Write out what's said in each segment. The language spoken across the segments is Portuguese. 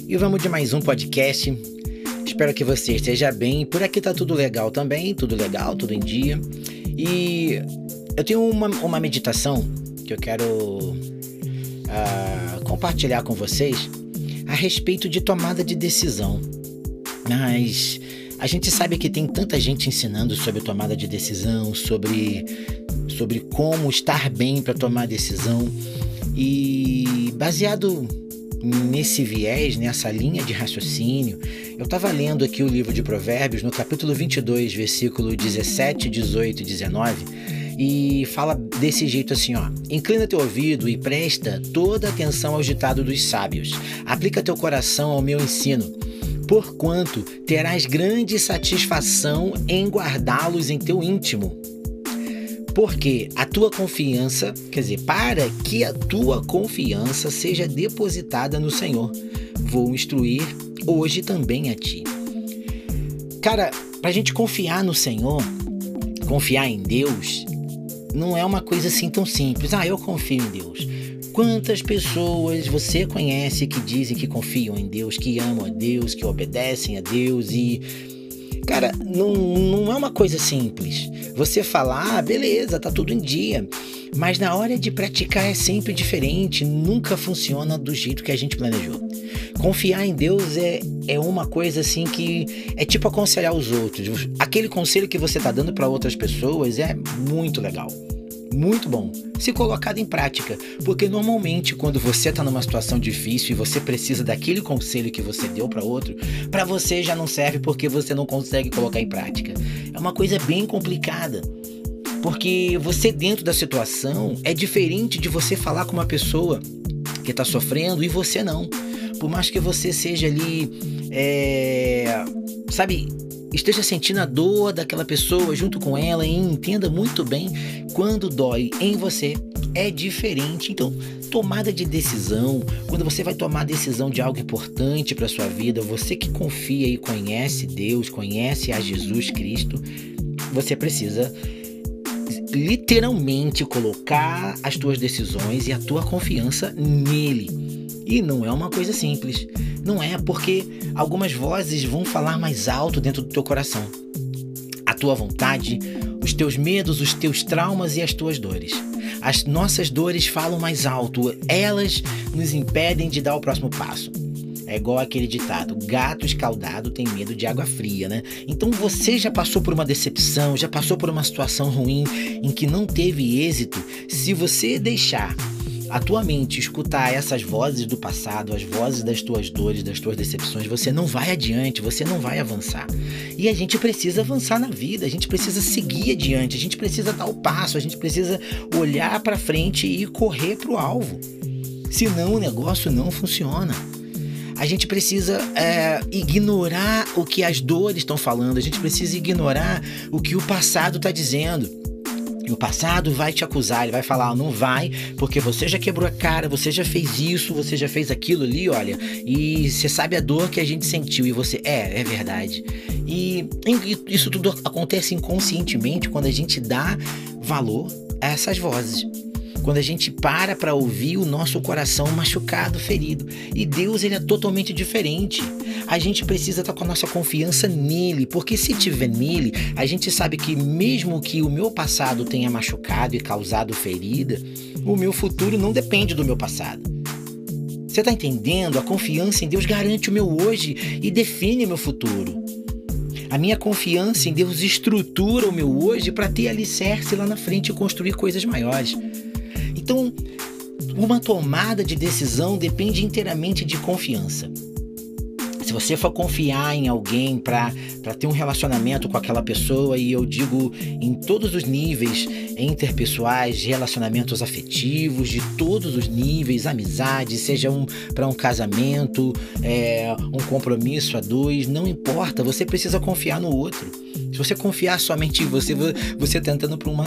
E vamos de mais um podcast. Espero que você esteja bem. Por aqui tá tudo legal também, tudo legal, tudo em dia. E eu tenho uma meditação que eu quero compartilhar com vocês a respeito de tomada de decisão. Mas a gente sabe que tem tanta gente ensinando sobre tomada de decisão, sobre como estar bem para tomar decisão. E baseado nesse viés, nessa linha de raciocínio, eu estava lendo aqui o livro de Provérbios, no capítulo 22, versículo 17, 18 e 19, e fala desse jeito assim, ó: inclina teu ouvido e presta toda atenção ao ditado dos sábios, aplica teu coração ao meu ensino, porquanto terás grande satisfação em guardá-los em teu íntimo. Porque a tua confiança, para que a tua confiança seja depositada no Senhor, vou instruir hoje também a ti. Cara, pra gente confiar no Senhor, confiar em Deus, não é uma coisa assim tão simples. Eu confio em Deus. Quantas pessoas você conhece que dizem que confiam em Deus, que amam a Deus, que obedecem a Deus e... Cara, não é uma coisa simples. Você falar, beleza, tá tudo em dia. Mas na hora de praticar é sempre diferente. Nunca funciona do jeito que a gente planejou. Confiar em Deus é uma coisa assim que é tipo aconselhar os outros. Aquele conselho que você tá dando para outras pessoas é muito legal. Muito bom, se colocado em prática, porque normalmente quando você está numa situação difícil e você precisa daquele conselho que você deu para outro, para você já não serve porque você não consegue colocar em prática. É uma coisa bem complicada, porque você dentro da situação é diferente de você falar com uma pessoa que está sofrendo e você não. Por mais que você seja ali, esteja sentindo a dor daquela pessoa junto com ela e entenda muito bem quando dói em você, é diferente. Então, tomada de decisão, quando você vai tomar a decisão de algo importante para sua vida, você que confia e conhece Deus, conhece a Jesus Cristo, você precisa literalmente colocar as tuas decisões e a tua confiança nele. E não é uma coisa simples. Não é, porque algumas vozes vão falar mais alto dentro do teu coração. A tua vontade, os teus medos, os teus traumas e as tuas dores. As nossas dores falam mais alto. Elas nos impedem de dar o próximo passo. É igual aquele ditado: gato escaldado tem medo de água fria, né? Então você já passou por uma decepção, já passou por uma situação ruim em que não teve êxito. Se você deixar a tua mente escutar essas vozes do passado, as vozes das tuas dores, das tuas decepções, você não vai adiante, você não vai avançar. E a gente precisa avançar na vida, a gente precisa seguir adiante, a gente precisa dar o passo, a gente precisa olhar para frente e correr para o alvo. Senão o negócio não funciona. A gente precisa ignorar o que as dores estão falando, a gente precisa ignorar o que o passado está dizendo. E o passado vai te acusar, ele vai falar: não vai, porque você já quebrou a cara, você já fez isso, você já fez aquilo ali, olha, e você sabe a dor que a gente sentiu, e você, é verdade. E isso tudo acontece inconscientemente quando a gente dá valor a essas vozes. Quando a gente para ouvir o nosso coração machucado, ferido. E Deus, ele é totalmente diferente. A gente precisa estar com a nossa confiança nele, porque se tiver nele, a gente sabe que mesmo que o meu passado tenha machucado e causado ferida, o meu futuro não depende do meu passado. Você está entendendo? A confiança em Deus garante o meu hoje e define o meu futuro. A minha confiança em Deus estrutura o meu hoje para ter alicerce lá na frente e construir coisas maiores. Então, uma tomada de decisão depende inteiramente de confiança. Se você for confiar em alguém para ter um relacionamento com aquela pessoa, e eu digo em todos os níveis interpessoais, relacionamentos afetivos, de todos os níveis, amizade, seja para um casamento, um compromisso a dois, não importa, você precisa confiar no outro. Se você confiar somente em você está entrando para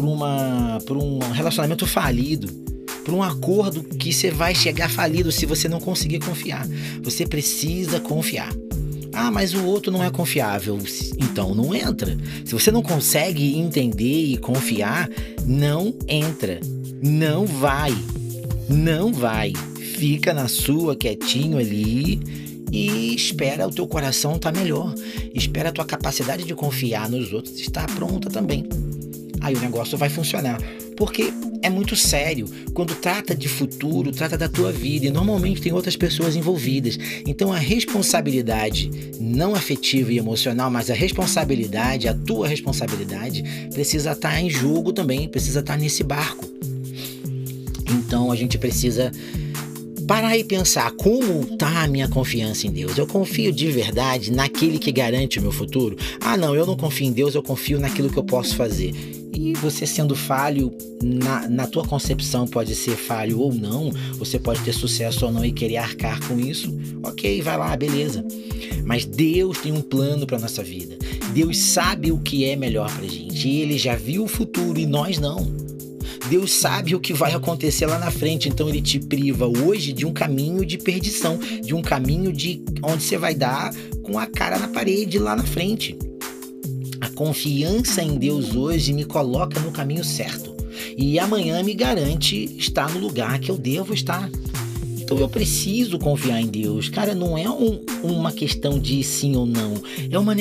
um relacionamento falido, para um acordo que você vai chegar falido se você não conseguir confiar. Você precisa confiar. Mas o outro não é confiável. Então não entra. Se você não consegue entender e confiar, não entra. Não vai. Fica na sua, quietinho ali e espera o teu coração estar melhor, espera a tua capacidade de confiar nos outros estar pronta também. Aí o negócio vai funcionar, porque é muito sério. Quando trata de futuro, trata da tua vida e normalmente tem outras pessoas envolvidas. Então a responsabilidade, não afetiva e emocional, mas a responsabilidade, a tua responsabilidade, precisa estar em jogo também, precisa estar nesse barco. Então a gente precisa parar e pensar, como está a minha confiança em Deus? Eu confio de verdade naquele que garante o meu futuro? Ah não, eu não confio em Deus, eu confio naquilo que eu posso fazer. E você sendo falho, na tua concepção pode ser falho ou não, você pode ter sucesso ou não e querer arcar com isso, ok, vai lá, beleza. Mas Deus tem um plano para nossa vida. Deus sabe o que é melhor pra gente. Ele já viu o futuro e nós não. Deus sabe o que vai acontecer lá na frente, então Ele te priva hoje de um caminho de perdição, de um caminho de onde você vai dar com a cara na parede lá na frente. A confiança em Deus hoje me coloca no caminho certo e amanhã me garante estar no lugar que eu devo estar. Então eu preciso confiar em Deus. Cara, não é uma questão de sim ou não, é uma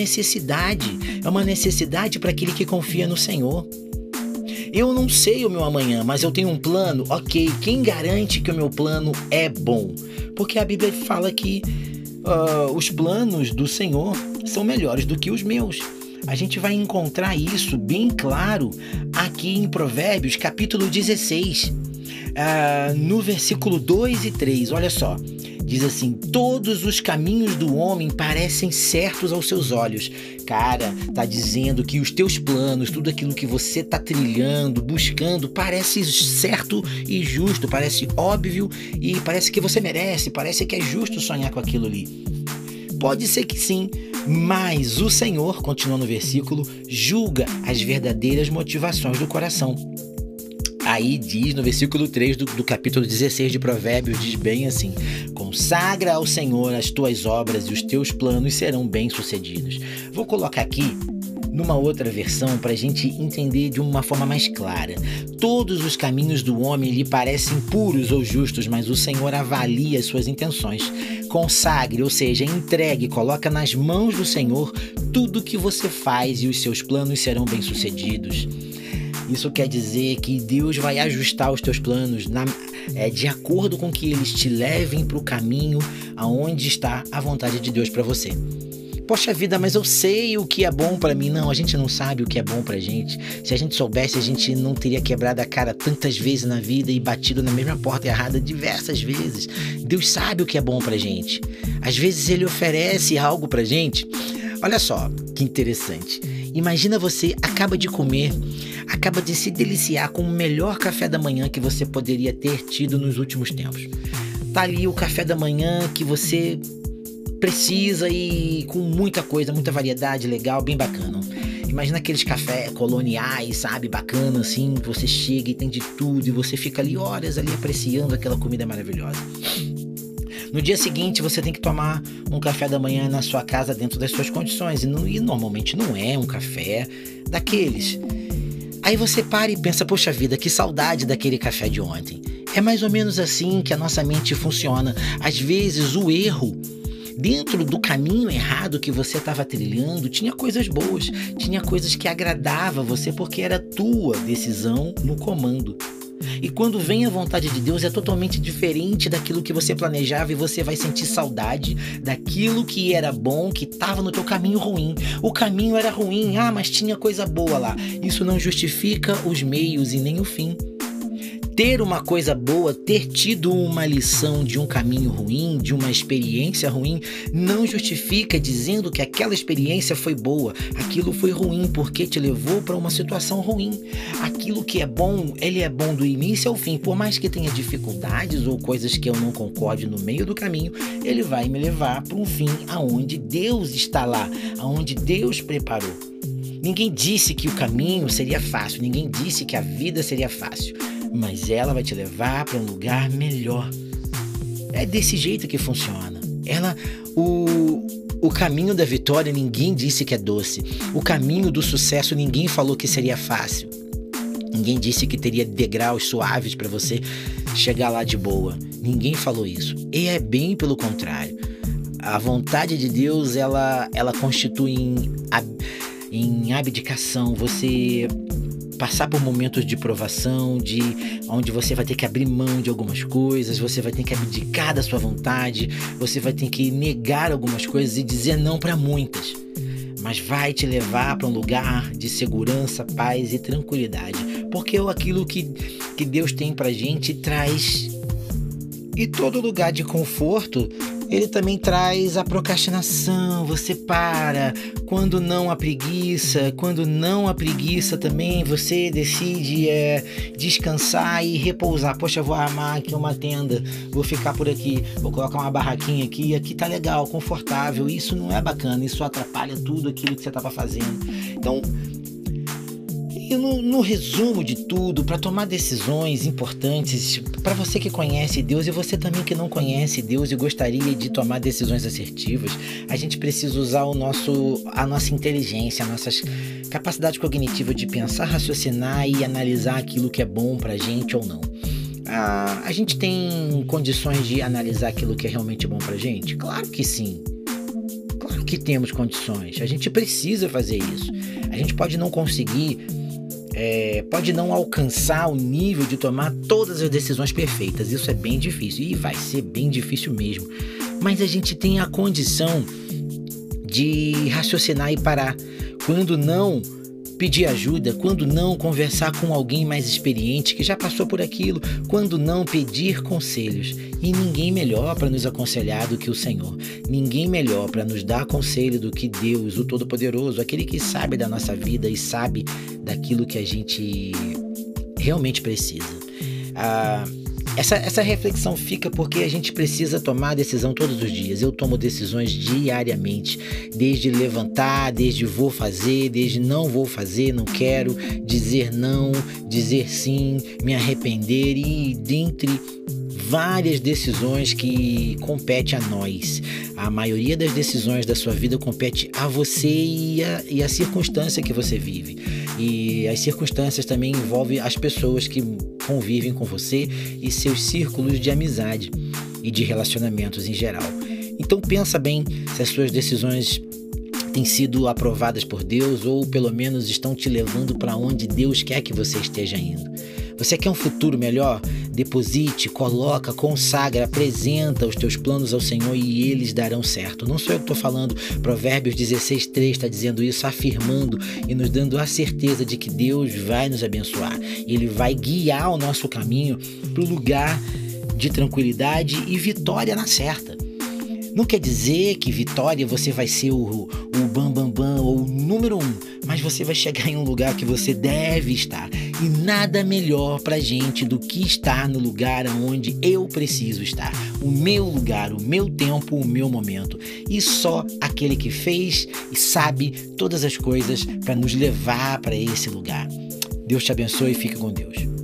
necessidade para aquele que confia no Senhor. Eu não sei o meu amanhã, mas eu tenho um plano, ok. Quem garante que o meu plano é bom? Porque a Bíblia fala que os planos do Senhor são melhores do que os meus. A gente vai encontrar isso bem claro aqui em Provérbios, capítulo 16, no versículo 2 e 3. Olha só. Diz assim: todos os caminhos do homem parecem certos aos seus olhos. Cara, tá dizendo que os teus planos, tudo aquilo que você tá trilhando, buscando, parece certo e justo, parece óbvio e parece que você merece, parece que é justo sonhar com aquilo ali. Pode ser que sim, mas o Senhor, continua no versículo, julga as verdadeiras motivações do coração. Aí diz no versículo 3 do capítulo 16 de Provérbios, diz bem assim: consagra ao Senhor as tuas obras e os teus planos serão bem-sucedidos. Vou colocar aqui numa outra versão para a gente entender de uma forma mais clara. Todos os caminhos do homem lhe parecem puros ou justos, mas o Senhor avalia as suas intenções. Consagre, ou seja, entregue, coloca nas mãos do Senhor tudo que você faz e os seus planos serão bem-sucedidos. Isso quer dizer que Deus vai ajustar os teus planos de acordo com que eles te levem para o caminho aonde está a vontade de Deus para você. Poxa vida, mas eu sei o que é bom para mim. Não, a gente não sabe o que é bom pra gente. Se a gente soubesse, a gente não teria quebrado a cara tantas vezes na vida e batido na mesma porta errada diversas vezes. Deus sabe o que é bom pra gente. Às vezes Ele oferece algo pra gente. Olha só, que interessante. Imagina você acaba de comer, acaba de se deliciar com o melhor café da manhã que você poderia ter tido nos últimos tempos. Tá ali o café da manhã que você precisa e com muita coisa, muita variedade, legal, bem bacana. Imagina aqueles cafés coloniais, sabe, bacana assim, você chega e tem de tudo e você fica ali horas ali apreciando aquela comida maravilhosa. No dia seguinte você tem que tomar um café da manhã na sua casa dentro das suas condições e normalmente não é um café daqueles. Aí você para e pensa, poxa vida, que saudade daquele café de ontem. É mais ou menos assim que a nossa mente funciona. Às vezes o erro dentro do caminho errado que você estava trilhando tinha coisas boas, tinha coisas que agradavam você porque era tua decisão no comando. E quando vem a vontade de Deus é totalmente diferente daquilo que você planejava e você vai sentir saudade daquilo que era bom, que estava no teu caminho ruim. O caminho era ruim, mas tinha coisa boa lá. Isso não justifica os meios e nem o fim. Ter uma coisa boa, ter tido uma lição de um caminho ruim, de uma experiência ruim, não justifica dizendo que aquela experiência foi boa. Aquilo foi ruim porque te levou para uma situação ruim. Aquilo que é bom, ele é bom do início ao fim. Por mais que tenha dificuldades ou coisas que eu não concorde no meio do caminho, ele vai me levar para um fim aonde Deus está lá, aonde Deus preparou. Ninguém disse que o caminho seria fácil, ninguém disse que a vida seria fácil. Mas ela vai te levar para um lugar melhor. É desse jeito que funciona. O caminho da vitória ninguém disse que é doce. O caminho do sucesso ninguém falou que seria fácil. Ninguém disse que teria degraus suaves para você chegar lá de boa. Ninguém falou isso. E é bem pelo contrário. A vontade de Deus, ela constitui em abdicação, você passar por momentos de provação, onde você vai ter que abrir mão de algumas coisas, você vai ter que abdicar da sua vontade, você vai ter que negar algumas coisas e dizer não para muitas. Mas vai te levar para um lugar de segurança, paz e tranquilidade. Porque aquilo que Deus tem pra gente traz. E todo lugar de conforto, ele também traz a procrastinação. Você para, quando não a preguiça. Quando não a preguiça também, você decide descansar e repousar. Poxa, eu vou armar aqui uma tenda, vou ficar por aqui, vou colocar uma barraquinha aqui tá legal, confortável. Isso não é bacana, isso atrapalha tudo aquilo que você estava fazendo. Então, no resumo de tudo, para tomar decisões importantes, para você que conhece Deus e você também que não conhece Deus e gostaria de tomar decisões assertivas, a gente precisa usar a nossa inteligência, a nossa capacidade cognitiva de pensar, raciocinar e analisar aquilo que é bom para a gente ou não. A gente tem condições de analisar aquilo que é realmente bom para a gente? Claro que sim. Claro que temos condições. A gente precisa fazer isso. A gente pode não conseguir... pode não alcançar o nível de tomar todas as decisões perfeitas. Isso é bem difícil e vai ser bem difícil mesmo. Mas a gente tem a condição de raciocinar e parar. Quando não pedir ajuda, quando não conversar com alguém mais experiente que já passou por aquilo, quando não pedir conselhos. E ninguém melhor para nos aconselhar do que o Senhor. Ninguém melhor para nos dar conselho do que Deus, o Todo-Poderoso, aquele que sabe da nossa vida e sabe daquilo que a gente realmente precisa. Essa reflexão fica porque a gente precisa tomar decisão todos os dias. Eu tomo decisões diariamente, desde levantar, desde vou fazer, desde não vou fazer, não quero, dizer não, dizer sim, me arrepender e dentre várias decisões que compete a nós. A maioria das decisões da sua vida compete a você e a circunstância que você vive. E as circunstâncias também envolvem as pessoas que convivem com você e seus círculos de amizade e de relacionamentos em geral. Então pensa bem se as suas decisões têm sido aprovadas por Deus ou pelo menos estão te levando para onde Deus quer que você esteja indo. Você quer um futuro melhor? Deposite, coloca, consagra, apresenta os teus planos ao Senhor e eles darão certo. Não sou eu que estou falando, Provérbios 16:3 está dizendo isso, afirmando e nos dando a certeza de que Deus vai nos abençoar. Ele vai guiar o nosso caminho para o lugar de tranquilidade e vitória na certa. Não quer dizer que vitória você vai ser o bam ou o número 1, mas você vai chegar em um lugar que você deve estar. E nada melhor pra gente do que estar no lugar onde eu preciso estar. O meu lugar, o meu tempo, o meu momento. E só aquele que fez e sabe todas as coisas para nos levar para esse lugar. Deus te abençoe e fique com Deus.